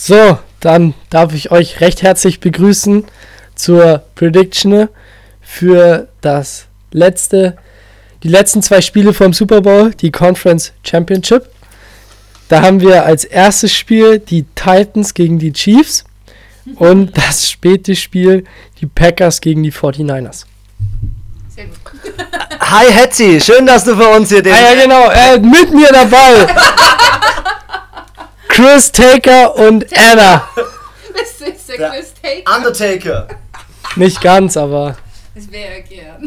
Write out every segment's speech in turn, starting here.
So, dann darf ich euch recht herzlich begrüßen zur Prediction für die letzten 2 Spiele vom Super Bowl, die Conference Championship. Da haben wir als erstes Spiel die Titans gegen die Chiefs und das späte Spiel die Packers gegen die 49ers. Sehr gut. Hi Hetzi, schön, dass du für uns hier den... Ja, genau, mit mir dabei Chris Taker und Anna. Bist du jetzt der Chris Taker? Undertaker. Nicht ganz, aber... Das wäre er gern.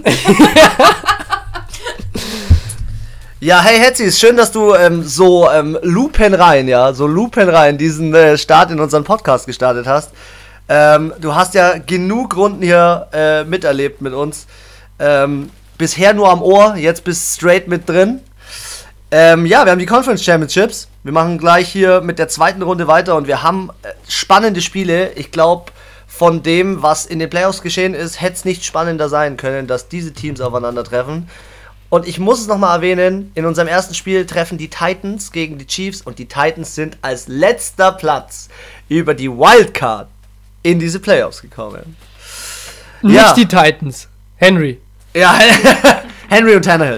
Ja, hey Hetzi, ist schön, dass du so lupenrein diesen Start in unseren Podcast gestartet hast. Du hast ja genug Runden hier miterlebt mit uns. Bisher nur am Ohr, jetzt bist du straight mit drin. Ja, wir haben die Conference Championships. Wir machen gleich hier mit der zweiten Runde weiter und wir haben spannende Spiele. Ich glaube, von dem, was in den Playoffs geschehen ist, hätte es nicht spannender sein können, dass diese Teams aufeinandertreffen. Und ich muss es nochmal erwähnen, in unserem ersten Spiel treffen die Titans gegen die Chiefs und die Titans sind als letzter Platz über die Wildcard in diese Playoffs gekommen. Nicht die Titans, Henry. Ja, Henry und Tannehill.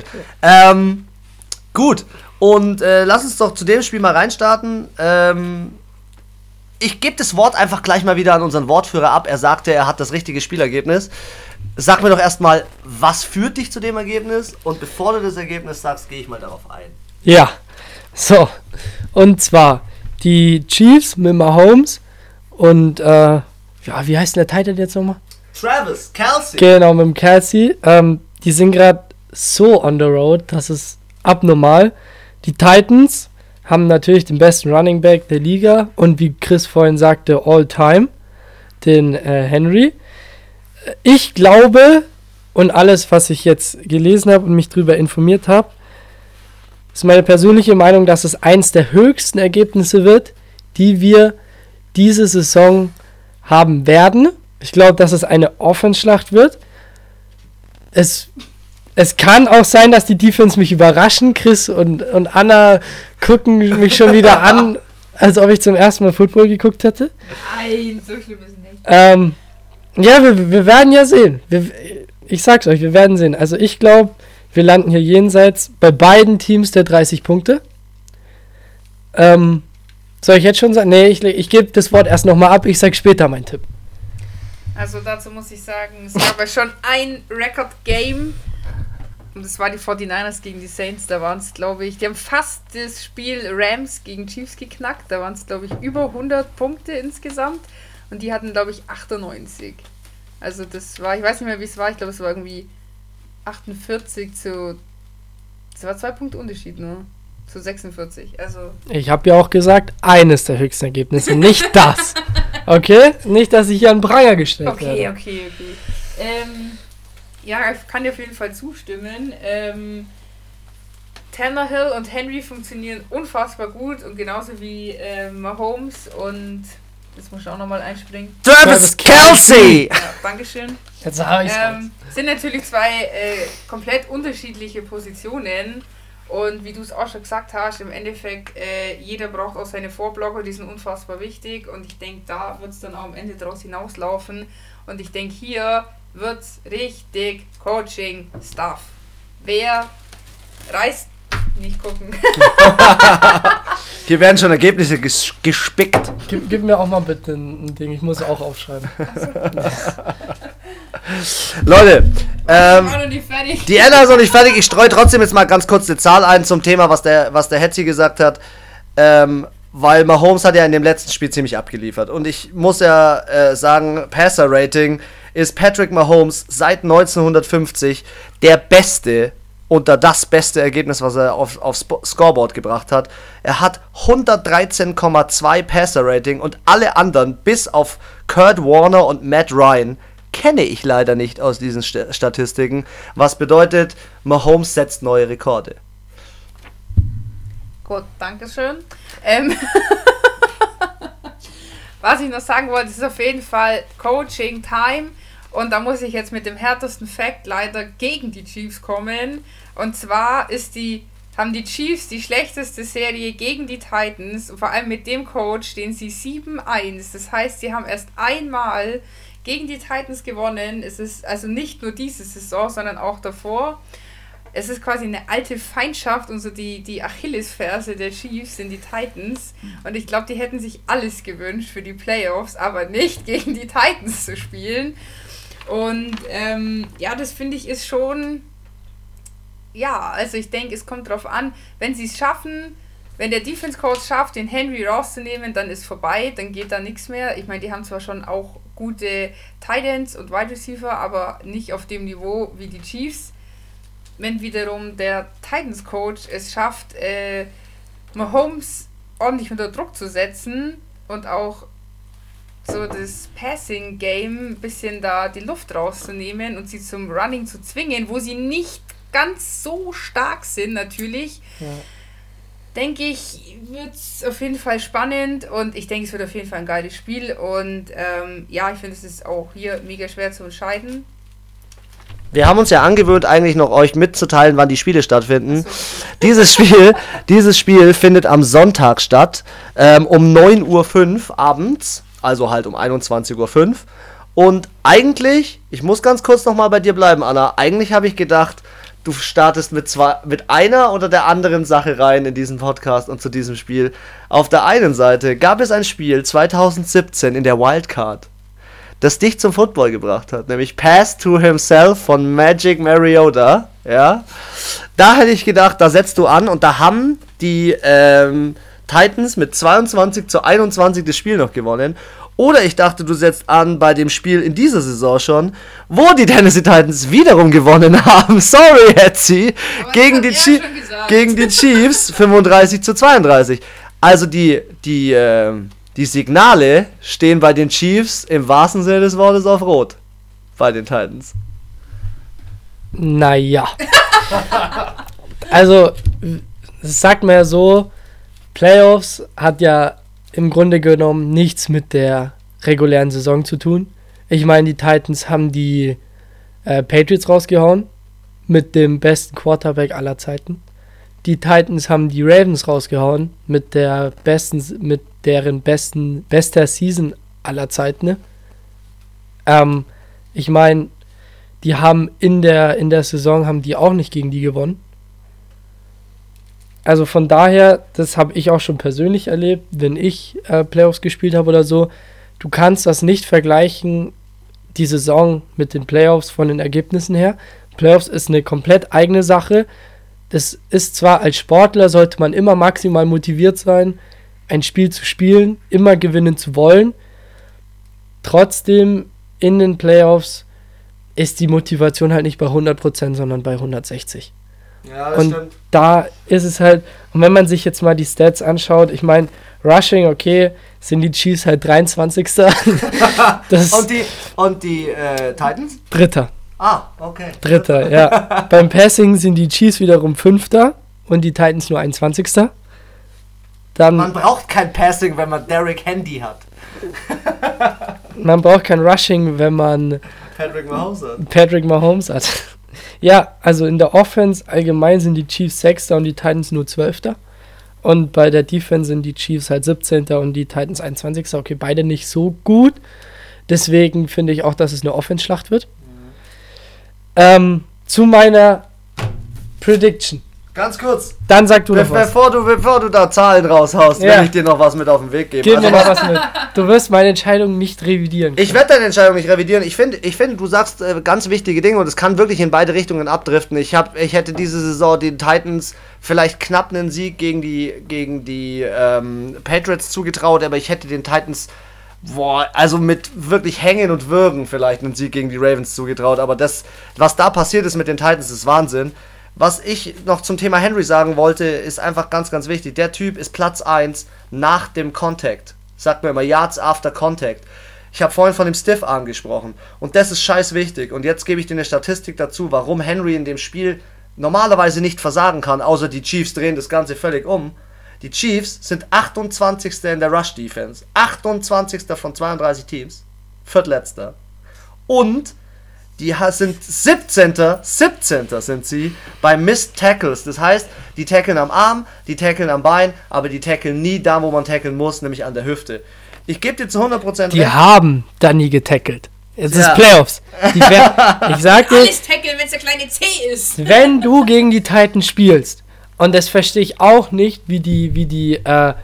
Gut, und lass uns doch zu dem Spiel mal reinstarten. Ich gebe das Wort einfach gleich mal wieder an unseren Wortführer ab. Er sagte, er hat das richtige Spielergebnis. Sag mir doch erstmal, was führt dich zu dem Ergebnis? Und bevor du das Ergebnis sagst, gehe ich mal darauf ein. Ja, so. Und zwar die Chiefs mit Mahomes und, wie heißt denn der Titan jetzt nochmal? Travis Kelce. Genau, mit dem Kelce. Die sind gerade so on the road, das ist abnormal. Die Titans haben natürlich den besten Running Back der Liga und wie Chris vorhin sagte, all time, den Henry. Ich glaube, und alles, was ich jetzt gelesen habe und mich darüber informiert habe, ist meine persönliche Meinung, dass es eins der höchsten Ergebnisse wird, die wir diese Saison haben werden. Ich glaube, dass es eine Offense-Schlacht wird. Es kann auch sein, dass die Defense mich überraschen. Chris und Anna gucken mich schon wieder an, als ob ich zum ersten Mal Football geguckt hätte. Nein, so schlimm ist es nicht. Ja, wir werden ja sehen. Ich sag's euch, wir werden sehen. Also ich glaube, wir landen hier jenseits bei beiden Teams der 30 Punkte. Soll ich jetzt schon sagen? Nee, ich gebe das Wort erst nochmal ab. Ich sag später meinen Tipp. Also dazu muss ich sagen, es gab ja schon ein Record-Game. Und das war die 49ers gegen die Saints. Da waren es, glaube ich, die haben fast das Spiel Rams gegen Chiefs geknackt. Da waren es, glaube ich, über 100 Punkte insgesamt. Und die hatten, glaube ich, 98. Also das war, ich weiß nicht mehr, wie es war. Ich glaube, es war irgendwie 48 zu... Das war 2 Punkte Unterschied nur. Zu 46. Also... Ich habe ja auch gesagt, eines der höchsten Ergebnisse, nicht das. Okay? Nicht, dass ich hier an Pranger gestellt werde. Okay. Ja, ich kann dir auf jeden Fall zustimmen. Tannehill und Henry funktionieren unfassbar gut und genauso wie Mahomes und jetzt muss ich auch nochmal einspringen. Travis Kelce! Ja, Dankeschön. Jetzt habe ich's. Sind natürlich 2 komplett unterschiedliche Positionen und wie du es auch schon gesagt hast, im Endeffekt, jeder braucht auch seine Vorblocker, die sind unfassbar wichtig und ich denke, da wird es dann auch am Ende draus hinauslaufen und ich denke, hier wird's richtig Coaching-Stuff. Wer reißt? Nicht gucken. Hier werden schon Ergebnisse gespickt. Gib mir auch mal bitte ein Ding, ich muss auch aufschreiben. Leute, Noch nicht fertig. die Anna ist noch nicht fertig. Ich streue trotzdem jetzt mal ganz kurz eine Zahl ein zum Thema, was der Hetzi gesagt hat. Weil Mahomes hat ja in dem letzten Spiel ziemlich abgeliefert. Und ich muss ja sagen, Passer-Rating ist Patrick Mahomes seit 1950 der beste unter das beste Ergebnis, was er aufs Scoreboard gebracht hat. Er hat 113,2 Passer-Rating und alle anderen, bis auf Kurt Warner und Matt Ryan, kenne ich leider nicht aus diesen Statistiken. Was bedeutet, Mahomes setzt neue Rekorde. Gut, dankeschön. Was ich noch sagen wollte, ist auf jeden Fall Coaching Time. Und da muss ich jetzt mit dem härtesten Fact leider gegen die Chiefs kommen. Und zwar ist die haben die Chiefs die schlechteste Serie gegen die Titans, vor allem mit dem Coach, den sie 7-1. Das heißt, sie haben erst einmal gegen die Titans gewonnen. Es ist also nicht nur diese Saison, sondern auch davor. Es ist quasi eine alte Feindschaft und so die Achillesferse der Chiefs sind die Titans. Und ich glaube, die hätten sich alles gewünscht für die Playoffs, aber nicht gegen die Titans zu spielen. Und das finde ich ist schon... Ja, also ich denke, es kommt drauf an, wenn sie es schaffen, wenn der Defense-Coach schafft, den Henry rauszunehmen, dann ist vorbei, dann geht da nichts mehr. Ich meine, die haben zwar schon auch gute Tight Ends und Wide Receiver, aber nicht auf dem Niveau wie die Chiefs. Wenn wiederum der Titans-Coach es schafft, Mahomes ordentlich unter Druck zu setzen und auch so das Passing-Game ein bisschen da die Luft rauszunehmen und sie zum Running zu zwingen, wo sie nicht ganz so stark sind natürlich, denke ich, wird es auf jeden Fall spannend und ich denke, es wird auf jeden Fall ein geiles Spiel und ich finde, es ist auch hier mega schwer zu entscheiden. Wir haben uns ja angewöhnt, eigentlich noch euch mitzuteilen, wann die Spiele stattfinden. So. Dieses Spiel findet am Sonntag statt, um 9:05 Uhr abends, also halt um 21:05 Uhr. Und eigentlich, ich muss ganz kurz nochmal bei dir bleiben, Anna, eigentlich habe ich gedacht, du startest mit einer oder der anderen Sache rein in diesen Podcast und zu diesem Spiel. Auf der einen Seite gab es ein Spiel 2017 in der Wildcard, das dich zum Football gebracht hat, nämlich Pass to Himself von Magic Mariota. Ja, da hätte ich gedacht, da setzt du an und da haben die Titans mit 22:21 das Spiel noch gewonnen. Oder ich dachte, du setzt an bei dem Spiel in dieser Saison schon, wo die Tennessee Titans wiederum gewonnen haben. Sorry, Hetzi. Gegen die Chiefs 35:32. Also die Signale stehen bei den Chiefs im wahrsten Sinne des Wortes auf Rot. Bei den Titans. Naja. Also, sagt man ja so, Playoffs hat ja im Grunde genommen nichts mit der regulären Saison zu tun. Ich meine, die Titans haben die Patriots rausgehauen mit dem besten Quarterback aller Zeiten. Die Titans haben die Ravens rausgehauen mit deren bester Season aller Zeiten. Ne? Ich meine, die haben in der Saison haben die auch nicht gegen die gewonnen. Also von daher, das habe ich auch schon persönlich erlebt, wenn ich Playoffs gespielt habe oder so. Du kannst das nicht vergleichen, die Saison mit den Playoffs von den Ergebnissen her. Playoffs ist eine komplett eigene Sache. Das ist zwar, als Sportler sollte man immer maximal motiviert sein, ein Spiel zu spielen, immer gewinnen zu wollen. Trotzdem in den Playoffs ist die Motivation halt nicht bei 100%, sondern bei 160%. Ja, das und stimmt. Da ist es halt, und wenn man sich jetzt mal die Stats anschaut, ich meine, Rushing, okay, sind die Chiefs halt 23. Das und die Titans? Dritter. Ah, okay. Dritter, ja. Beim Passing sind die Chiefs wiederum 5. und die Titans nur 21. Dann, Man braucht kein Passing, wenn man Derrick Henry hat. man braucht kein Rushing, wenn man Patrick Mahomes hat. Ja, also in der Offense allgemein sind die Chiefs 6. und die Titans nur 12. Und bei der Defense sind die Chiefs halt 17. und die Titans 21. Okay, beide nicht so gut. Deswegen finde ich auch, dass es eine Offense-Schlacht wird. Zu meiner Prediction. Ganz kurz. Dann sag du noch was. Bevor du da Zahlen raushaust, will ich dir noch was mit auf den Weg geben. Gib mir noch was mit. Du wirst meine Entscheidung nicht revidieren können. Ich werde deine Entscheidung nicht revidieren. Ich finde, du sagst ganz wichtige Dinge und es kann wirklich in beide Richtungen abdriften. Ich hätte diese Saison den Titans vielleicht knapp einen Sieg gegen die Patriots zugetraut, aber ich hätte den Titans also mit wirklich Hängen und Würgen vielleicht einen Sieg gegen die Ravens zugetraut. Aber das, was da passiert ist mit den Titans, ist Wahnsinn. Was ich noch zum Thema Henry sagen wollte, ist einfach ganz, ganz wichtig. Der Typ ist Platz 1 nach dem Contact. Sagt man immer, Yards after Contact. Ich habe vorhin von dem Stiff-Arm gesprochen. Und das ist scheiß wichtig. Und jetzt gebe ich dir eine Statistik dazu, warum Henry in dem Spiel normalerweise nicht versagen kann, außer die Chiefs drehen das Ganze völlig um. Die Chiefs sind 28. in der Rush-Defense. 28. von 32 Teams. Viertletzter. Und sind 17. sind sie bei Missed Tackles. Das heißt, die tackeln am Arm, die tackeln am Bein, aber die tackeln nie da, wo man tackeln muss, nämlich an der Hüfte. Ich gebe dir zu 100% Die recht. haben da nie getackelt. Es ist Playoffs. Ich sag dir, Alles tackeln, wenn es der kleine C ist. wenn du gegen die Titans spielst, und das verstehe ich auch nicht, wie die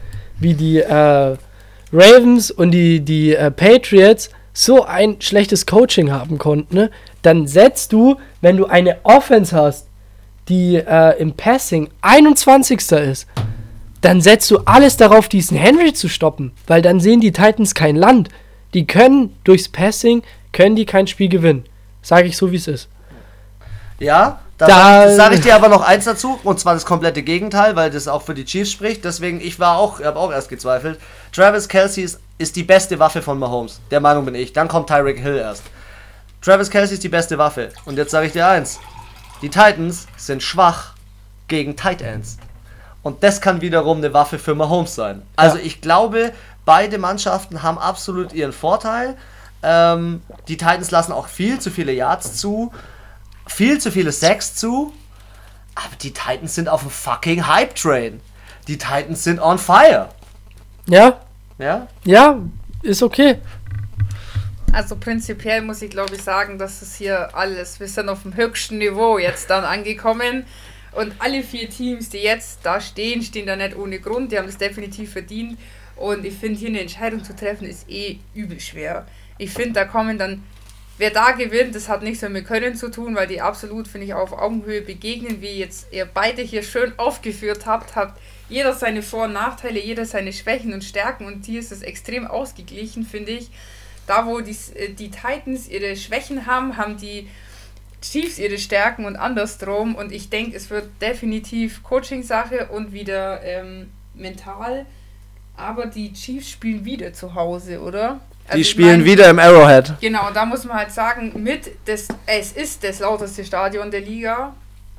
Ravens und die Patriots so ein schlechtes Coaching haben konnten, ne? Dann setzt du, wenn du eine Offense hast, die im Passing 21. ist, dann setzt du alles darauf, diesen Henry zu stoppen, weil dann sehen die Titans kein Land. Die können durchs Passing, können die kein Spiel gewinnen. Sage ich so, wie es ist. Ja, da sage ich dir aber noch eins dazu, und zwar das komplette Gegenteil, weil das auch für die Chiefs spricht. Deswegen, ich habe auch erst gezweifelt. Travis Kelce ist die beste Waffe von Mahomes. Der Meinung bin ich. Dann kommt Tyreek Hill erst. Travis Kelce ist die beste Waffe. Und jetzt sage ich dir eins. Die Titans sind schwach gegen Tight Ends. Und das kann wiederum eine Waffe für Mahomes sein. Also ich glaube, beide Mannschaften haben absolut ihren Vorteil. Die Titans lassen auch viel zu viele Yards zu. Viel zu viele Sacks zu, aber die Titans sind auf dem fucking Hype-Train. Die Titans sind on fire. Ja? Ja? Ja, ist okay. Also prinzipiell muss ich glaube ich sagen, dass es hier alles, wir sind auf dem höchsten Niveau jetzt dann angekommen und alle 4 Teams, die jetzt da stehen da nicht ohne Grund, die haben das definitiv verdient und ich finde hier eine Entscheidung zu treffen ist übel schwer. Ich finde, da kommen dann wer da gewinnt, das hat nichts mehr mit Können zu tun, weil die absolut, finde ich, auf Augenhöhe begegnen, wie jetzt ihr beide hier schön aufgeführt habt, hat jeder seine Vor- und Nachteile, jeder seine Schwächen und Stärken und hier ist es extrem ausgeglichen, finde ich. Da, wo die Titans ihre Schwächen haben, haben die Chiefs ihre Stärken und andersrum und ich denke, es wird definitiv Coaching-Sache und wieder mental, aber die Chiefs spielen wieder zu Hause, oder? Also die spielen wieder im Arrowhead. Genau, da muss man halt sagen, es ist das lauteste Stadion der Liga.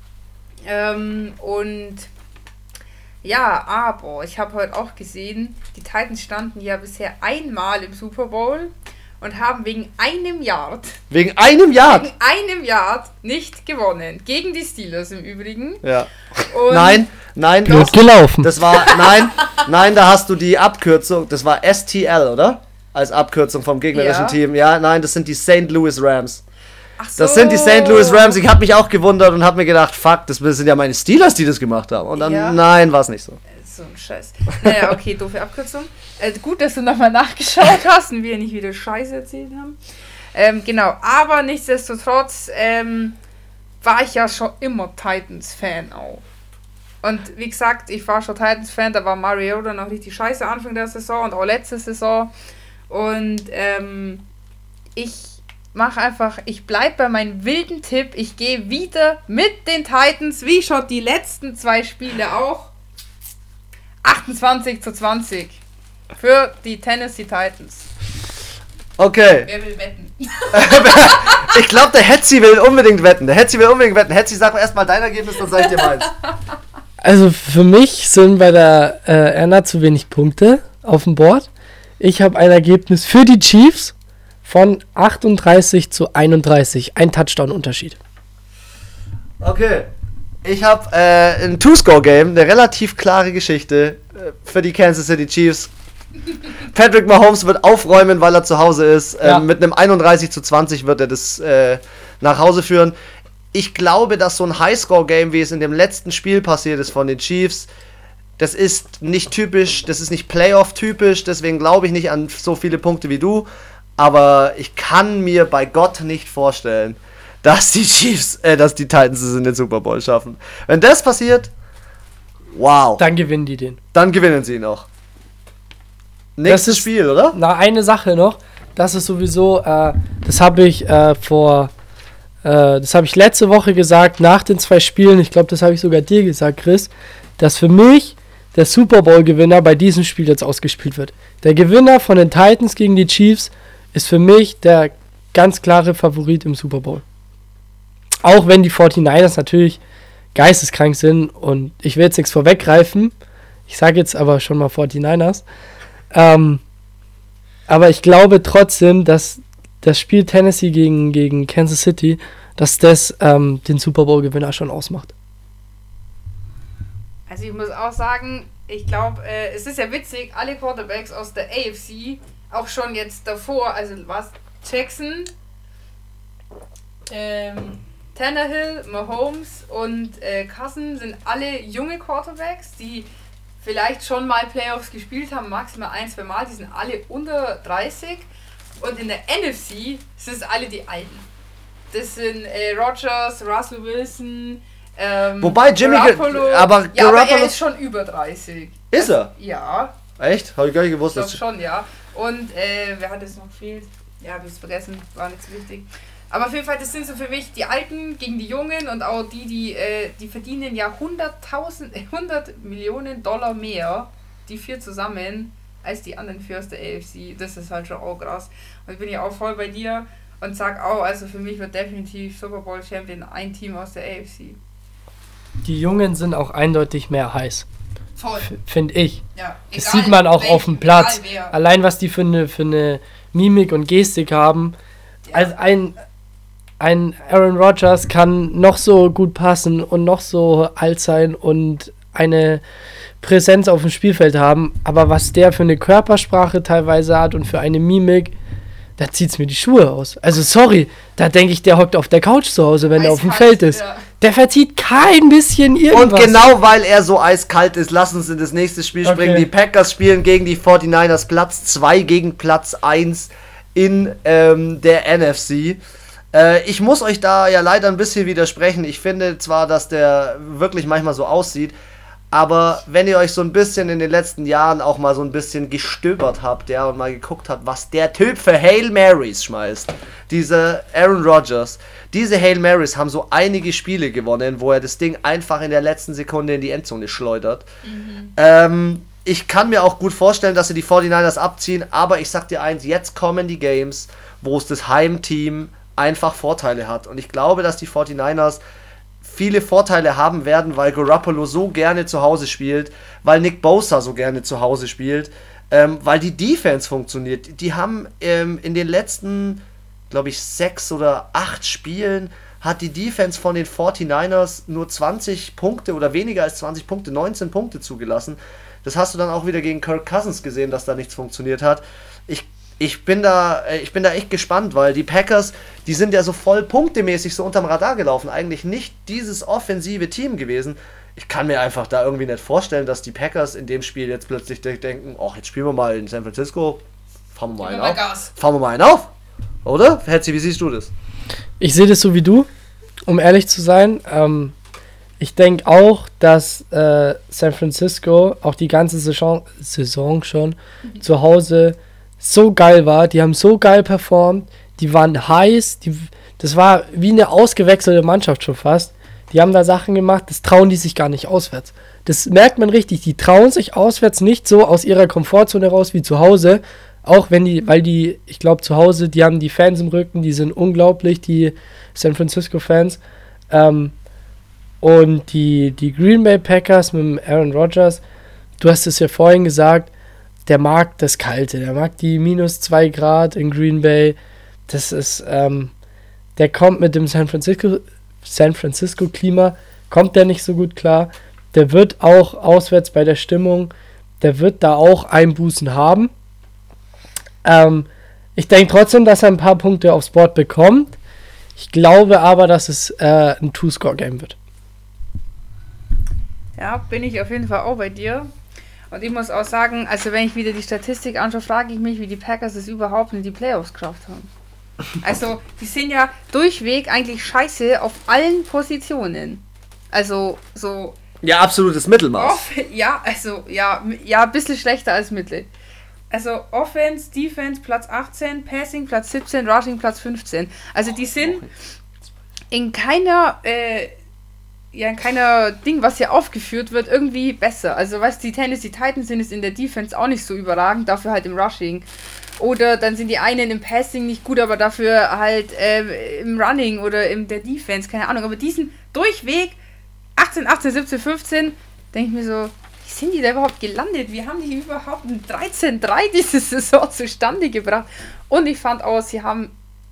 Und ja, aber ich habe heute auch gesehen, die Titans standen ja bisher einmal im Super Bowl und haben wegen einem Yard nicht gewonnen. Gegen die Steelers im Übrigen. Ja. Und Nein, Blöd gelaufen. das war, nein, da hast du die Abkürzung, das war STL, oder? Als Abkürzung vom gegnerischen Team. Ja, nein, das sind die St. Louis Rams. Ach so. Das sind die St. Louis Rams. Ich habe mich auch gewundert und habe mir gedacht, fuck, das sind ja meine Steelers, die das gemacht haben. Und dann, nein, war es nicht so. So ein Scheiß. Naja, okay, doofe Abkürzung. Gut, dass du nochmal nachgeschaut hast und wir nicht wieder Scheiße erzählt haben. Genau, aber nichtsdestotrotz war ich ja schon immer Titans-Fan auch. Und wie gesagt, ich war schon Titans-Fan, da war Mariota noch richtig scheiße Anfang der Saison und auch letzte Saison. Und ich bleibe bei meinem wilden Tipp. Ich gehe wieder mit den Titans, wie schon die letzten 2 Spiele auch. 28-20 für die Tennessee Titans. Okay. Wer will wetten? Ich glaube, der Hetzi will unbedingt wetten. Hetzi, sag mal erstmal dein Ergebnis, dann sag ich dir meins. Also für mich sind bei der Erna zu wenig Punkte auf dem Board. Ich habe ein Ergebnis für die Chiefs von 38-31. Ein Touchdown-Unterschied. Okay. Ich habe ein Two-Score-Game, eine relativ klare Geschichte für die Kansas City Chiefs. Patrick Mahomes wird aufräumen, weil er zu Hause ist. Mit einem 31-20 wird er das nach Hause führen. Ich glaube, dass so ein Highscore-Game, wie es in dem letzten Spiel passiert ist von den Chiefs, das ist nicht typisch, das ist nicht Playoff-typisch, deswegen glaube ich nicht an so viele Punkte wie du. Aber ich kann mir bei Gott nicht vorstellen, dass die Titans es in den Super Bowl schaffen. Wenn das passiert, wow. Dann gewinnen die den. Dann gewinnen sie ihn auch. Nächstes Spiel, oder? Na, eine Sache noch. Das ist sowieso, das habe ich letzte Woche gesagt, nach den 2 Spielen, ich glaube, das habe ich sogar dir gesagt, Chris, dass für mich der Super Bowl-Gewinner bei diesem Spiel jetzt ausgespielt wird. Der Gewinner von den Titans gegen die Chiefs ist für mich der ganz klare Favorit im Super Bowl. Auch wenn die 49ers natürlich geisteskrank sind und ich will jetzt nichts vorweggreifen, ich sage jetzt aber schon mal 49ers, aber ich glaube trotzdem, dass das Spiel Tennessee gegen Kansas City, dass das den Super Bowl-Gewinner schon ausmacht. Also ich muss auch sagen, ich glaube, es ist ja witzig, alle Quarterbacks aus der AFC, auch schon jetzt davor, also was, Jackson, Tannehill, Mahomes und Cousins sind alle junge Quarterbacks, die vielleicht schon mal Playoffs gespielt haben, maximal 1-2 Mal, die sind alle unter 30 und in der NFC sind es alle die Alten. Das sind Rodgers, Russell Wilson, wobei Jimmy Garoppolo, aber er ist schon über 30. Ist er? Ja. Echt? Habe ich gar nicht gewusst. Ich glaube schon, ja. Und wer hat jetzt noch gefehlt? Ja, habe ich es vergessen, war nicht so wichtig. Aber auf jeden Fall, das sind so für mich die Alten gegen die Jungen und auch die verdienen ja 100 Millionen Dollar mehr, die 4 zusammen, als die anderen 4 aus der AFC. Das ist halt schon auch krass. Und ich bin ja auch voll bei dir und sag auch, also für mich wird definitiv Super Bowl Champion ein Team aus der AFC. Die Jungen sind auch eindeutig mehr heiß. Voll. Finde ich. Ja, das sieht man auch auf dem Platz. Allein was die für eine Mimik und Gestik haben. Ja. Also ein Aaron Rodgers kann noch so gut passen und noch so alt sein und eine Präsenz auf dem Spielfeld haben, aber was der für eine Körpersprache teilweise hat und für eine Mimik, da zieht's mir die Schuhe aus. Also sorry, da denke ich, der hockt auf der Couch zu Hause, wenn er auf dem Feld ist. Ja. Der verzieht kein bisschen irgendwas. Und genau weil er so eiskalt ist, lass uns in das nächste Spiel springen. Die Packers spielen gegen die 49ers, Platz 2 gegen Platz 1 in der NFC. Ich muss euch da ja leider ein bisschen widersprechen. Ich finde zwar, dass der wirklich manchmal so aussieht, aber wenn ihr euch so ein bisschen in den letzten Jahren auch mal so ein bisschen gestöbert habt, ja, und mal geguckt habt, was der Typ für Hail Marys schmeißt, dieser Aaron Rodgers, diese Hail Marys haben so einige Spiele gewonnen, wo er das Ding einfach in der letzten Sekunde in die Endzone schleudert. Ich kann mir auch gut vorstellen, dass sie die 49ers abziehen, aber ich sag dir eins, jetzt kommen die Games, wo es das Heimteam einfach Vorteile hat. Und ich glaube, dass die 49ers viele Vorteile haben werden, weil Garoppolo so gerne zu Hause spielt, weil Nick Bosa so gerne zu Hause spielt, weil die Defense funktioniert. Die haben in den letzten, glaube ich, 6 oder 8 Spielen hat die Defense von den 49ers nur 20 Punkte oder weniger als 20 Punkte, 19 Punkte zugelassen. Das hast du dann auch wieder gegen Kirk Cousins gesehen, dass da nichts funktioniert hat. Ich bin da echt gespannt, weil die Packers, die sind ja so voll punktemäßig so unterm Radar gelaufen. Eigentlich nicht dieses offensive Team gewesen. Ich kann mir einfach da irgendwie nicht vorstellen, dass die Packers in dem Spiel jetzt plötzlich denken, ach, jetzt spielen wir mal in San Francisco, fahren wir mal einen auf. Oder? Hetzi, wie siehst du das? Ich sehe das so wie du, um ehrlich zu sein. Ich denke auch, dass San Francisco auch die ganze Saison schon zu Hause so geil war, die haben so geil performt, die waren heiß, das war wie eine ausgewechselte Mannschaft schon fast. Die haben da Sachen gemacht, das trauen die sich gar nicht auswärts. Das merkt man richtig, die trauen sich auswärts nicht so aus ihrer Komfortzone raus wie zu Hause, auch weil ich glaube zu Hause, die haben die Fans im Rücken, die sind unglaublich, die San Francisco Fans. Und die Green Bay Packers mit dem Aaron Rodgers, du hast es ja vorhin gesagt, der mag das Kalte, der mag die minus 2 Grad in Green Bay. Das ist, der kommt mit dem San Francisco Klima, kommt der nicht so gut klar. Der wird auch auswärts bei der Stimmung, der wird da auch Einbußen haben. Ich denke trotzdem, dass er ein paar Punkte aufs Board bekommt. Ich glaube aber, dass es ein Two-Score-Game wird. Ja, bin ich auf jeden Fall auch bei dir. Und ich muss auch sagen, also wenn ich wieder die Statistik anschaue, frage ich mich, wie die Packers es überhaupt in die Playoffs geschafft haben. Also, die sind ja durchweg eigentlich scheiße auf allen Positionen. Also, so... Ja, absolutes Mittelmaß. Ein bisschen schlechter als Mittel. Also, Offense, Defense, Platz 18, Passing, Platz 17, Rushing, Platz 15. Also, die sind in keiner Ding, was hier aufgeführt wird, irgendwie besser. Also, die Tennessee Titans sind es in der Defense auch nicht so überragend, dafür halt im Rushing. Oder dann sind die einen im Passing nicht gut, aber dafür halt im Running oder in der Defense, keine Ahnung. Aber die sind durchweg 18, 17, 15, denke ich mir so, wie sind die da überhaupt gelandet? Wie haben die überhaupt ein 13-3 diese Saison zustande gebracht? Und ich fand auch, sie haben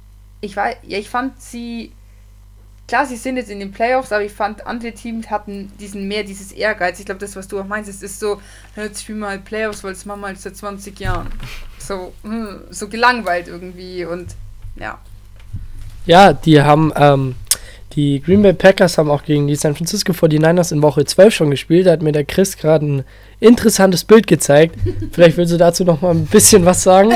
ich fand sie, klar, sie sind jetzt in den Playoffs, aber ich fand, andere Teams hatten dieses Ehrgeiz. Ich glaube, das, was du auch meinst, es ist so, jetzt spielen wir halt Playoffs, weil das machen wir halt seit 20 Jahren. So gelangweilt irgendwie und ja. Ja, die Green Bay Packers haben auch gegen die San Francisco 49ers in Woche 12 schon gespielt. Da hat mir der Chris gerade ein interessantes Bild gezeigt. Vielleicht willst du dazu noch mal ein bisschen was sagen?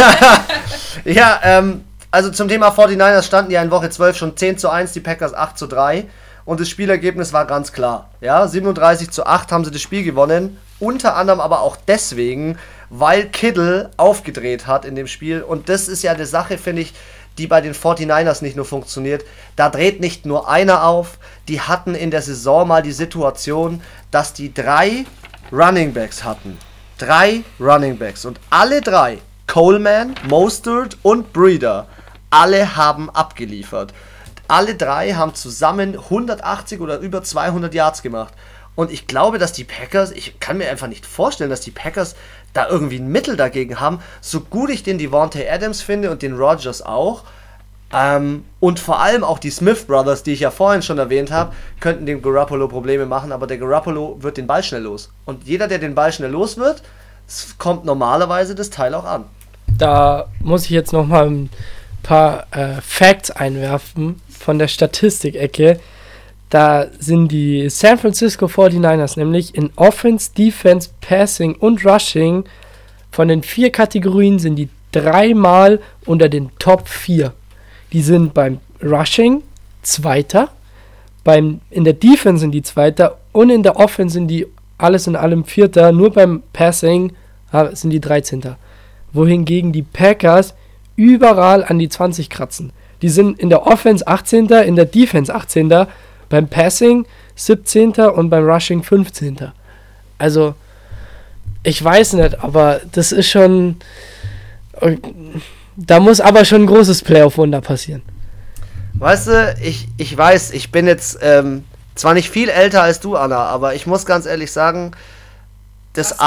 Ja, also zum Thema 49ers standen ja in Woche 12 schon 10:1, die Packers 8:3. Und das Spielergebnis war ganz klar. Ja, 37:8 haben sie das Spiel gewonnen. Unter anderem aber auch deswegen, weil Kittle aufgedreht hat in dem Spiel. Und das ist ja eine Sache, finde ich, die bei den 49ers nicht nur funktioniert. Da dreht nicht nur einer auf. Die hatten in der Saison mal die Situation, dass die 3 Running Backs hatten. 3 Running Backs. Und alle 3, Coleman, Mostert und Breeder, alle haben abgeliefert. Alle 3 haben zusammen 180 oder über 200 Yards gemacht. Und ich glaube, dass die Packers, ich kann mir einfach nicht vorstellen, dass die Packers da irgendwie ein Mittel dagegen haben, so gut ich den Devontae Adams finde und den Rodgers auch, und vor allem auch die Smith Brothers, die ich ja vorhin schon erwähnt habe, könnten dem Garoppolo Probleme machen, aber der Garoppolo wird den Ball schnell los. Und jeder, der den Ball schnell los wird, kommt normalerweise das Teil auch an. Da muss ich jetzt noch mal ein paar Facts einwerfen von der Statistikecke. Da sind die San Francisco 49ers nämlich in Offense, Defense, Passing und Rushing. Von den 4 Kategorien sind die 3-mal unter den Top 4. Die sind beim Rushing Zweiter, in der Defense sind die Zweiter und in der Offense sind die alles in allem Vierter. Nur beim Passing sind die 13. Wohingegen die Packers überall an die 20 kratzen. Die sind in der Offense 18., in der Defense 18., beim Passing 17. und beim Rushing 15. Also, ich weiß nicht, aber das ist schon... Da muss aber schon ein großes Playoff-Wunder passieren. Weißt du, ich weiß, ich bin jetzt zwar nicht viel älter als du, Anna, aber ich muss ganz ehrlich sagen, das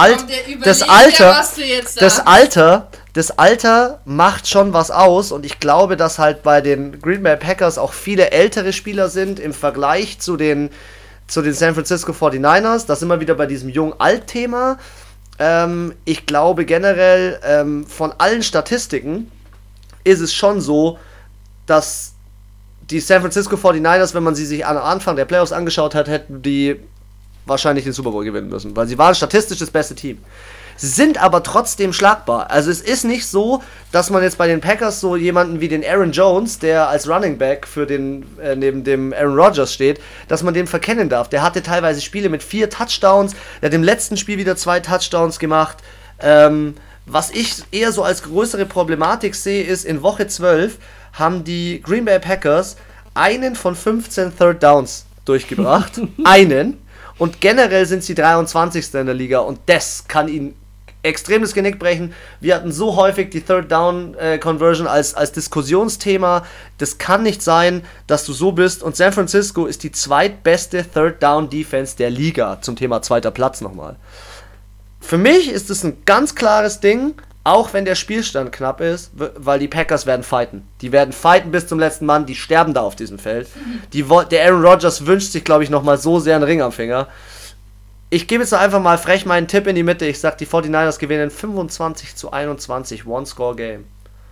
Alter macht schon was aus und ich glaube, dass halt bei den Green Bay Packers auch viele ältere Spieler sind im Vergleich zu den San Francisco 49ers. Da sind wir wieder bei diesem Jung-Alt-Thema. Ich glaube generell, von allen Statistiken ist es schon so, dass die San Francisco 49ers, wenn man sie sich am Anfang der Playoffs angeschaut hat, hätten die wahrscheinlich den Super Bowl gewinnen müssen, weil sie waren statistisch das beste Team. Sie sind aber trotzdem schlagbar. Also es ist nicht so, dass man jetzt bei den Packers so jemanden wie den Aaron Jones, der als Running Back für den neben dem Aaron Rodgers steht, dass man den verkennen darf. Der hatte teilweise Spiele mit 4 Touchdowns, der hat im letzten Spiel wieder 2 Touchdowns gemacht. Was ich eher so als größere Problematik sehe, ist, in Woche 12 haben die Green Bay Packers einen von 15 Third Downs durchgebracht. Einen. Und generell sind sie 23. in der Liga und das kann ihnen extrem das Genick brechen. Wir hatten so häufig die Third Down Conversion als Diskussionsthema. Das kann nicht sein, dass du so bist. Und San Francisco ist die zweitbeste Third Down Defense der Liga, zum Thema zweiter Platz nochmal. Für mich ist es ein ganz klares Ding, auch wenn der Spielstand knapp ist, weil die Packers werden fighten. Die werden fighten bis zum letzten Mann, die sterben da auf diesem Feld. Der Aaron Rodgers wünscht sich, glaube ich, nochmal so sehr einen Ring am Finger. Ich gebe jetzt einfach mal frech meinen Tipp in die Mitte. Ich sage, die 49ers gewinnen 25:21, One-Score-Game.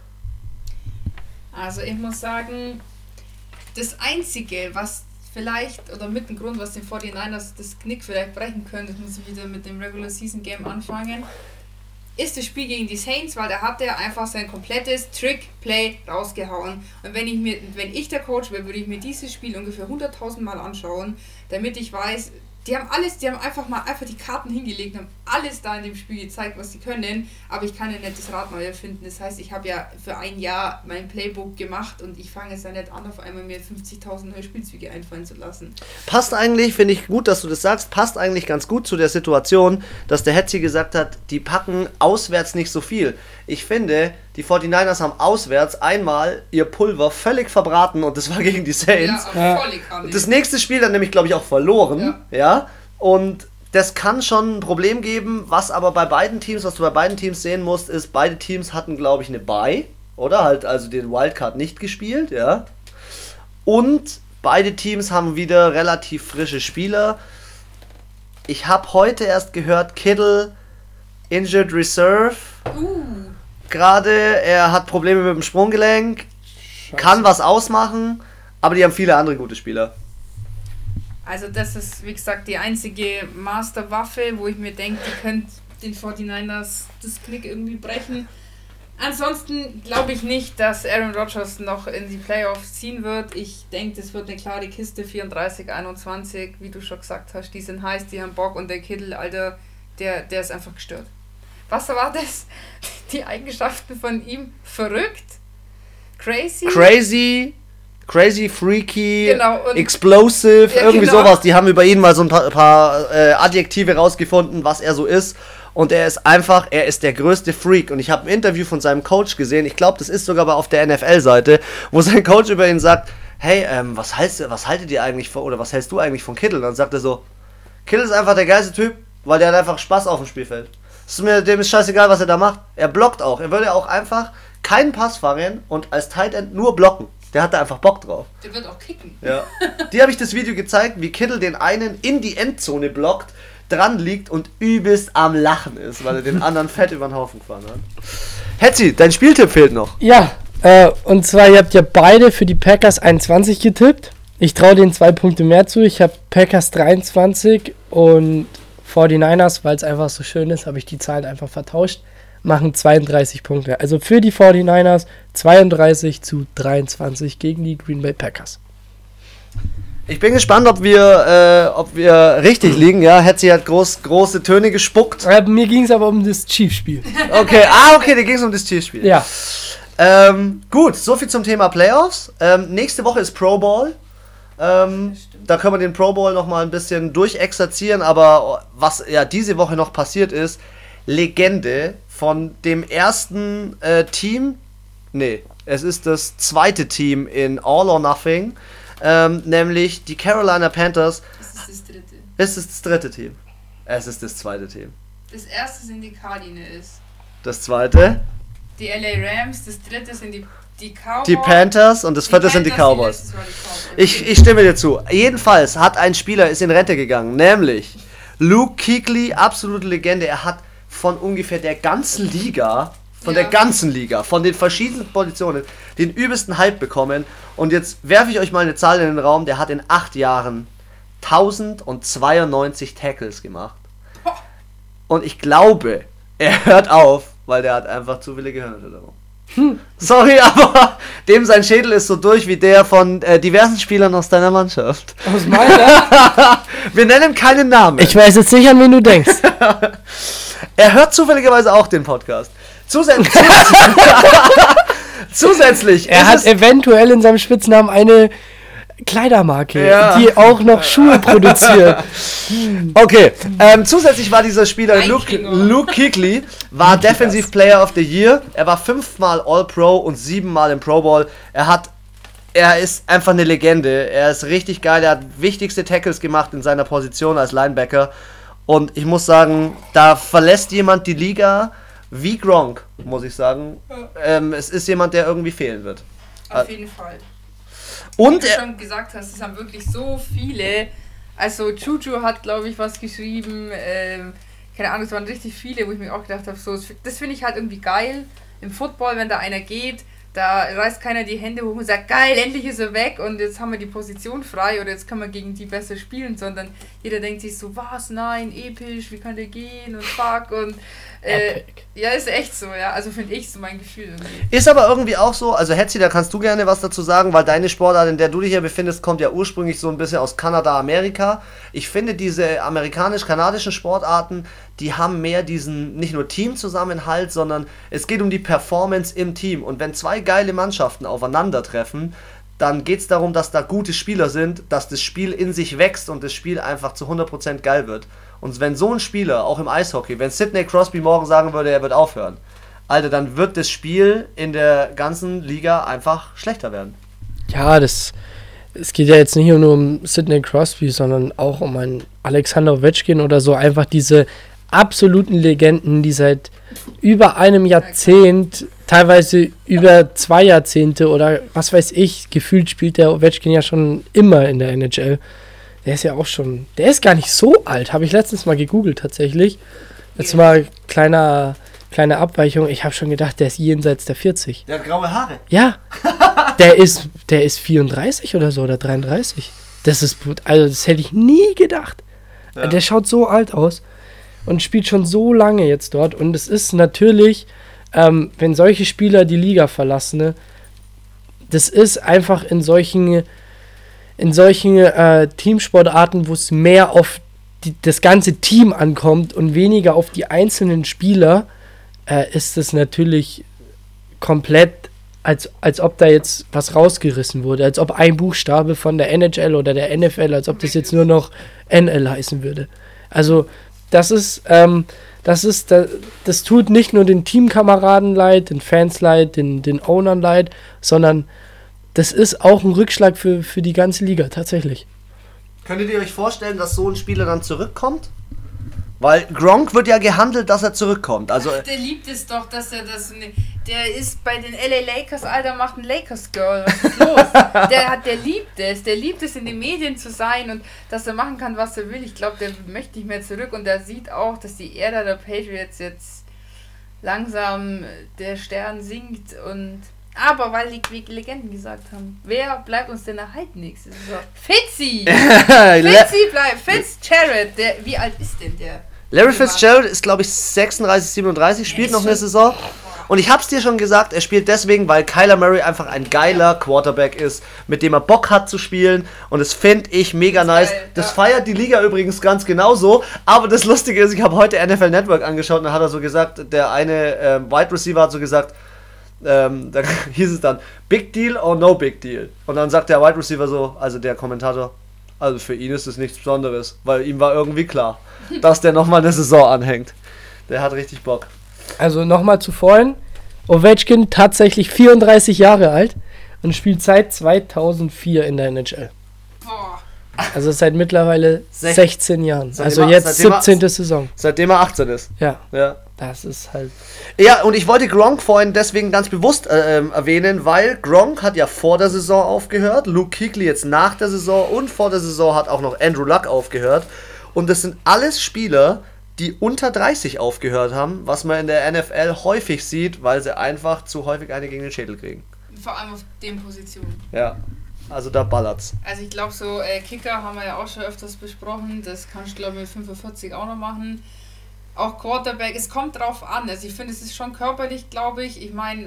Also ich muss sagen, das Einzige, was vielleicht, oder mit dem Grund, was den 49ers das Knick vielleicht brechen könnte, das muss ich wieder mit dem Regular Season Game anfangen, ist das Spiel gegen die Saints, weil da hat er einfach sein komplettes Trick-Play rausgehauen. Und wenn ich der Coach wäre, würde ich mir dieses Spiel ungefähr 100.000 Mal anschauen, damit ich weiß, die haben einfach die Karten hingelegt, haben alles da in dem Spiel gezeigt, was sie können, aber ich kann ja nicht das Rad neu erfinden. Das heißt, ich habe ja für ein Jahr mein Playbook gemacht und ich fange jetzt ja nicht an, auf einmal mir 50.000 neue Spielzüge einfallen zu lassen. Passt eigentlich, finde ich gut, dass du das sagst, passt eigentlich ganz gut zu der Situation, dass der Hetzi gesagt hat, die packen auswärts nicht so viel. Ich finde, die 49ers haben auswärts einmal ihr Pulver völlig verbraten und das war gegen die Saints. Ja, völlig. Das nächste Spiel dann nämlich, glaube ich, auch verloren. Ja. Und das kann schon ein Problem geben, was du bei beiden Teams sehen musst, ist, beide Teams hatten, glaube ich, eine Bye oder? Halt also den Wildcard nicht gespielt, ja. Und beide Teams haben wieder relativ frische Spieler. Ich habe heute erst gehört, Kittle Injured Reserve. Gerade, er hat Probleme mit dem Sprunggelenk, kann was ausmachen, aber die haben viele andere gute Spieler. Also das ist, wie gesagt, die einzige Masterwaffe, wo ich mir denke, die könnte den 49ers das Knick irgendwie brechen. Ansonsten glaube ich nicht, dass Aaron Rodgers noch in die Playoffs ziehen wird. Ich denke, das wird eine klare Kiste, 34-21, wie du schon gesagt hast. Die sind heiß, die haben Bock und der Kittel, Alter, der ist einfach gestört. Was war das? Die Eigenschaften von ihm? Verrückt? Crazy, freaky, genau, explosive, ja, irgendwie genau. sowas. Die haben über ihn mal so ein paar Adjektive rausgefunden, was er so ist. Und er ist der größte Freak. Und ich habe ein Interview von seinem Coach gesehen, ich glaube, das ist sogar auf der NFL-Seite, wo sein Coach über ihn sagt, hey, was haltet ihr eigentlich von, oder was hältst du eigentlich von Kittle? Und dann sagt er so, Kittle ist einfach der geilste Typ, weil der hat einfach Spaß auf dem Spielfeld. Dem ist scheißegal, was er da macht. Er blockt auch. Er würde auch einfach keinen Pass fangen und als Tight End nur blocken. Der hat da einfach Bock drauf. Der wird auch kicken. Ja. Die habe ich das Video gezeigt, wie Kittle den einen in die Endzone blockt, dran liegt und übelst am Lachen ist, weil er den anderen fett über den Haufen gefahren hat. Hetzi, dein Spieltipp fehlt noch. Ja, und zwar, ihr habt ja beide für die Packers 21 getippt. Ich traue denen 2 Punkte mehr zu. Ich habe Packers 23 und 49ers, weil es einfach so schön ist, habe ich die Zahlen einfach vertauscht, machen 32 Punkte. Also für die 49ers 32-23 gegen die Green Bay Packers. Ich bin gespannt, ob wir richtig liegen. Ja, Hetzi hat große Töne gespuckt. Mir ging es aber um das Chiefs-Spiel. Okay, dir ging es um das Chiefs-Spiel. Ja. Gut, soviel zum Thema Playoffs. Nächste Woche ist Pro Bowl. Da können wir den Pro Bowl nochmal ein bisschen durchexerzieren, aber was ja diese Woche noch passiert ist, Legende von dem ersten Team, es ist das zweite Team in All or Nothing, nämlich die Carolina Panthers. Das ist das dritte. Es ist das dritte Team. Es ist das zweite Team. Das erste sind die Cardinals. Das zweite? Die LA Rams, das dritte sind die Cowboys. Die Panthers und das vierte sind die Cowboys. Ich stimme dir zu. Jedenfalls hat ein Spieler ist in Rente gegangen, nämlich Luke Kuechly, absolute Legende. Er hat von ungefähr der ganzen Liga, von den verschiedenen Positionen, den übelsten Hype bekommen. Und jetzt werfe ich euch mal eine Zahl in den Raum. Der hat in 8 Jahren 1092 Tackles gemacht. Und ich glaube, er hört auf, weil der hat einfach zu viele Gehirnerschütterungen. Sorry, aber dem sein Schädel ist so durch wie der von diversen Spielern aus deiner Mannschaft. Aus meiner? Wir nennen keinen Namen. Ich weiß jetzt nicht, an wen du denkst. Er hört zufälligerweise auch den Podcast. Zusätzlich. Er hat eventuell in seinem Spitznamen eine Kleidermarke, die auch noch Schuhe produziert. Okay, zusätzlich war dieser Spieler Luke Kuechly, war Defensive Player of the Year. Er war 5-mal All-Pro und 7-mal im Pro Bowl. Er ist einfach eine Legende. Er ist richtig geil. Er hat wichtigste Tackles gemacht in seiner Position als Linebacker. Und ich muss sagen, da verlässt jemand die Liga wie Gronk, muss ich sagen. Es ist jemand, der irgendwie fehlen wird. Auf jeden Fall. Und wie du schon gesagt hast, es haben wirklich so viele. Also Juju hat, glaube ich, was geschrieben. Keine Ahnung, es waren richtig viele, wo ich mir auch gedacht habe, so, das finde ich halt irgendwie geil. Im Football, wenn da einer geht, da reißt keiner die Hände hoch und sagt, geil, endlich ist er weg und jetzt haben wir die Position frei oder jetzt kann man gegen die besser spielen, sondern jeder denkt sich so, was, nein, episch, wie kann der gehen und fuck und ja, ist echt so, ja, also finde ich so mein Gefühl irgendwie. Ist aber irgendwie auch so, also Hetzi, da kannst du gerne was dazu sagen, weil deine Sportart, in der du dich hier befindest, kommt ja ursprünglich so ein bisschen aus Kanada, Amerika. Ich finde, diese amerikanisch-kanadischen Sportarten, die haben mehr diesen, nicht nur Teamzusammenhalt, sondern es geht um die Performance im Team. Und wenn 2 geile Mannschaften aufeinandertreffen, dann geht es darum, dass da gute Spieler sind, dass das Spiel in sich wächst und das Spiel einfach zu 100% geil wird. Und wenn so ein Spieler, auch im Eishockey, wenn Sidney Crosby morgen sagen würde, er wird aufhören, Alter, dann wird das Spiel in der ganzen Liga einfach schlechter werden. Ja, es geht ja jetzt nicht nur um Sidney Crosby, sondern auch um einen Alexander Ovechkin oder so. Einfach diese absoluten Legenden, die seit über einem Jahrzehnt, teilweise über 2 Jahrzehnte oder was weiß ich, gefühlt spielt der Ovechkin ja schon immer in der NHL. Der ist ja auch schon, der ist gar nicht so alt, habe ich letztens mal gegoogelt tatsächlich. Jetzt mal kleine Abweichung, ich habe schon gedacht, der ist jenseits der 40. Der hat graue Haare. Ja, der ist 34 oder so oder 33. Das hätte ich nie gedacht. Ja. Der schaut so alt aus und spielt schon so lange jetzt dort. Und es ist natürlich, wenn solche Spieler die Liga verlassen, ne, das ist einfach in solchen Teamsportarten, wo es mehr auf das ganze Team ankommt und weniger auf die einzelnen Spieler, ist es natürlich komplett, als ob da jetzt was rausgerissen wurde, als ob ein Buchstabe von der NHL oder der NFL, als ob das jetzt nur noch NL heißen würde. Also das tut nicht nur den Teamkameraden leid, den Fans leid, den Ownern leid, sondern das ist auch ein Rückschlag für die ganze Liga, tatsächlich. Könntet ihr euch vorstellen, dass so ein Spieler dann zurückkommt? Weil Gronk wird ja gehandelt, dass er zurückkommt. Also der liebt es doch, dass er das... Der ist bei den LA Lakers, Alter, macht ein Lakers-Girl. Was ist los? Der liebt es, in den Medien zu sein und dass er machen kann, was er will. Ich glaube, der möchte nicht mehr zurück und der sieht auch, dass die Ära der Patriots jetzt langsam der Stern sinkt und... Aber weil die Legenden gesagt haben, wer bleibt uns denn erhalten nächstes Jahr? Fitzy! Fitzy bleibt! Fitzgerald, wie alt ist denn der? Larry Fitzgerald ist, glaube ich, 36, 37, spielt noch eine Saison. Und ich hab's dir schon gesagt, er spielt deswegen, weil Kyler Murray einfach ein geiler Quarterback ist, mit dem er Bock hat zu spielen. Und das finde ich mega nice. Das feiert die Liga übrigens ganz genauso. Aber das Lustige ist, ich habe heute NFL Network angeschaut und da hat er so gesagt, der eine Wide Receiver hat so gesagt, da hieß es dann, Big Deal or no Big Deal? Und dann sagt der Wide Receiver so, also der Kommentator, also für ihn ist es nichts Besonderes, weil ihm war irgendwie klar, dass der nochmal eine Saison anhängt. Der hat richtig Bock. Also nochmal zu vorhin, Ovechkin tatsächlich 34 Jahre alt und spielt seit 2004 in der NHL. Boah. Also seit mittlerweile 16 Jahren. Also jetzt 17. Saison. Seitdem er 18 ist. Ja. Ja. Das ist halt... Ja, und ich wollte Gronk vorhin deswegen ganz bewusst erwähnen, weil Gronk hat ja vor der Saison aufgehört, Luke Kuechly jetzt nach der Saison und vor der Saison hat auch noch Andrew Luck aufgehört. Und das sind alles Spieler, die unter 30 aufgehört haben, was man in der NFL häufig sieht, weil sie einfach zu häufig eine gegen den Schädel kriegen. Vor allem auf den Positionen. Ja, also da ballert's. Also ich glaube so, Kicker haben wir ja auch schon öfters besprochen, das kannst du glaube ich mit 45 auch noch machen. Auch Quarterback, es kommt drauf an. Also ich finde, es ist schon körperlich, glaube ich. Ich meine,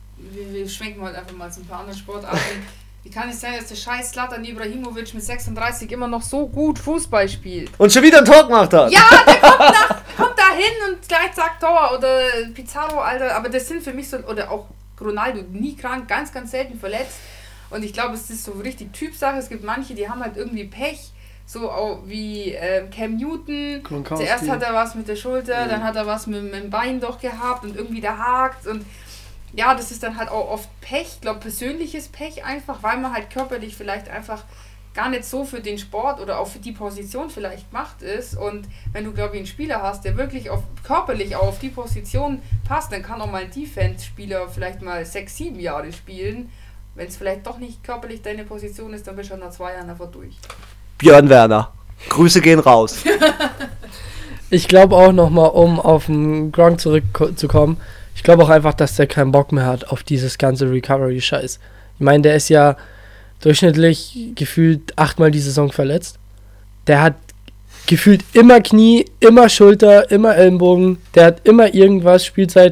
wir schwenken halt einfach mal zu ein paar anderen Sportarten. Wie kann es sein, dass der scheiß Zlatan Ibrahimovic mit 36 immer noch so gut Fußball spielt? Und schon wieder ein Tor gemacht hat. Ja, der kommt da hin und gleich sagt Tor oder Pizarro, Alter. Aber das sind für mich so, oder auch Ronaldo, nie krank, ganz, ganz selten verletzt. Und ich glaube, es ist so richtig Typsache. Es gibt manche, die haben halt irgendwie Pech. So auch wie Cam Newton. Zuerst hat er was mit der Schulter, dann hat er was mit dem Bein doch gehabt und irgendwie da hakt. Und ja, das ist dann halt auch oft Pech, ich glaube persönliches Pech einfach, weil man halt körperlich vielleicht einfach gar nicht so für den Sport oder auch für die Position vielleicht gemacht ist. Und wenn du, glaube ich, einen Spieler hast, der wirklich körperlich auch auf die Position passt, dann kann auch mal ein Defense-Spieler vielleicht mal 6, 7 Jahre spielen. Wenn es vielleicht doch nicht körperlich deine Position ist, dann bist du nach 2 Jahren einfach durch. Björn Werner. Grüße gehen raus. Ich glaube auch nochmal, um auf den Gronk zurückzukommen, ich glaube auch einfach, dass der keinen Bock mehr hat auf dieses ganze Recovery-Scheiß. Ich meine, der ist ja durchschnittlich gefühlt 8-mal die Saison verletzt. Der hat gefühlt immer Knie, immer Schulter, immer Ellenbogen. Der hat immer irgendwas,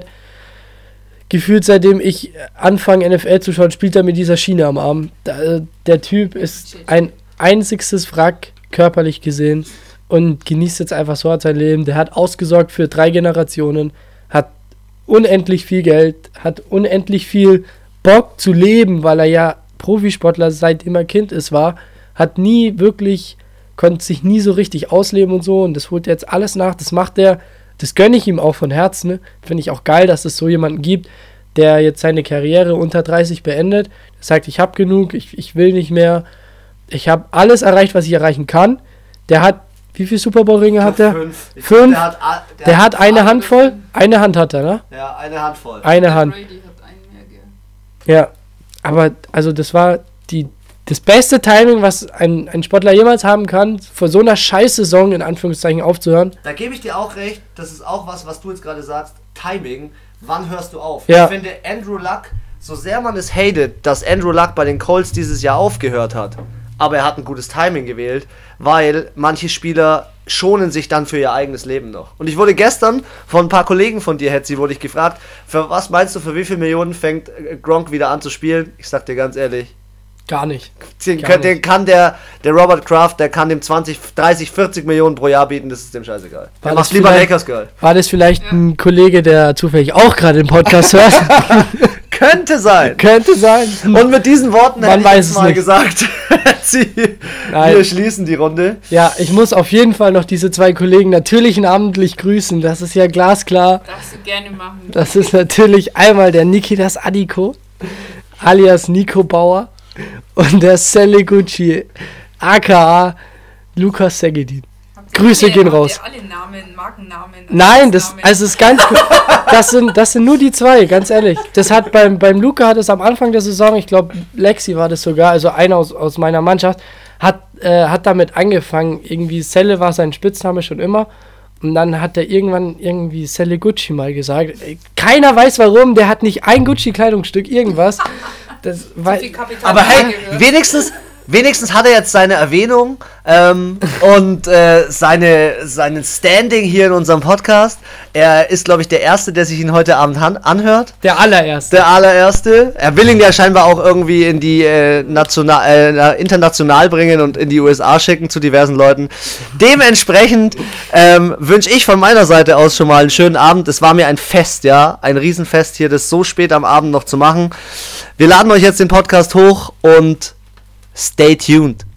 gefühlt seitdem ich anfange NFL zu schauen, spielt er mit dieser Schiene am Arm. Der Typ ist ein einziges Wrack, körperlich gesehen, und genießt jetzt einfach so sein Leben. Der hat ausgesorgt für 3 Generationen, hat unendlich viel Geld, hat unendlich viel Bock zu leben, weil er ja Profisportler seitdem er Kind war, konnte sich nie so richtig ausleben und so, und das holt er jetzt alles nach, das macht er, das gönne ich ihm auch von Herzen, ne? Finde ich auch geil, dass es so jemanden gibt, der jetzt seine Karriere unter 30 beendet, der sagt, ich habe genug, ich will nicht mehr, ich habe alles erreicht, was ich erreichen kann. Der hat Wie viele Super Bowl-Ringe hat der? 5. Fünf? Der hat eine alle Handvoll? fünf. Eine Hand hat er, ne? Ja, eine Handvoll. Eine Hand. Brady hat einen mehr, gell? Ja. Aber, also das war das beste Timing, was ein Sportler jemals haben kann, vor so einer Scheiß-Saison in Anführungszeichen aufzuhören. Da gebe ich dir auch recht, das ist auch was du jetzt gerade sagst, Timing, wann hörst du auf? Ja. Ich finde, Andrew Luck, so sehr man es hatet, dass Andrew Luck bei den Colts dieses Jahr aufgehört hat, aber er hat ein gutes Timing gewählt, weil manche Spieler schonen sich dann für ihr eigenes Leben noch. Und ich wurde gestern von ein paar Kollegen von dir, Hetzi, wurde ich gefragt, für was meinst du, für wie viel Millionen fängt Gronk wieder an zu spielen? Ich sag dir ganz ehrlich, Gar nicht. den kann der Robert Kraft, der kann dem 20, 30, 40 Millionen pro Jahr bieten, das ist dem scheißegal. War Der das macht lieber vielleicht- Lakers Girl. War das vielleicht ein Kollege, der zufällig auch gerade den Podcast hört? Könnte sein. Könnte sein. Und mit diesen Worten Man hätte ich weiß jetzt es mal nicht. gesagt, Nein. wir schließen die Runde. Ja, ich muss auf jeden Fall noch diese zwei Kollegen natürlich namentlich grüßen. Das ist ja glasklar. Darfst du gerne machen. Das ist natürlich einmal der Nikitas Adiko, alias Nico Bauer, und der Seleguchi, aka Lukas Segedin. Grüße gehen raus. Habt ihr alle Namen, Markennamen? Nein, das Adressnamen? ist ganz das sind nur die zwei, ganz ehrlich. Das hat beim Luca hat es am Anfang der Saison, ich glaube Lexi war das sogar, also einer aus meiner Mannschaft, hat damit angefangen, irgendwie Selle war sein Spitzname schon immer. Und dann hat er irgendwann irgendwie Seleguchi mal gesagt. Keiner weiß warum, der hat nicht ein Gucci-Kleidungsstück, irgendwas. Das war, Viel Kapital Aber hey, gehört. wenigstens hat er jetzt seine Erwähnung und seinen Standing hier in unserem Podcast. Er ist, glaube ich, der Erste, der sich ihn heute Abend anhört. der allererste. Der allererste. Er will ihn ja scheinbar auch irgendwie in die international bringen und in die USA schicken zu diversen Leuten. Dementsprechend wünsche ich von meiner Seite aus schon mal einen schönen Abend. Es war mir ein Fest, ja, ein Riesenfest hier, das so spät am Abend noch zu machen. Wir laden euch jetzt den Podcast hoch und stay tuned.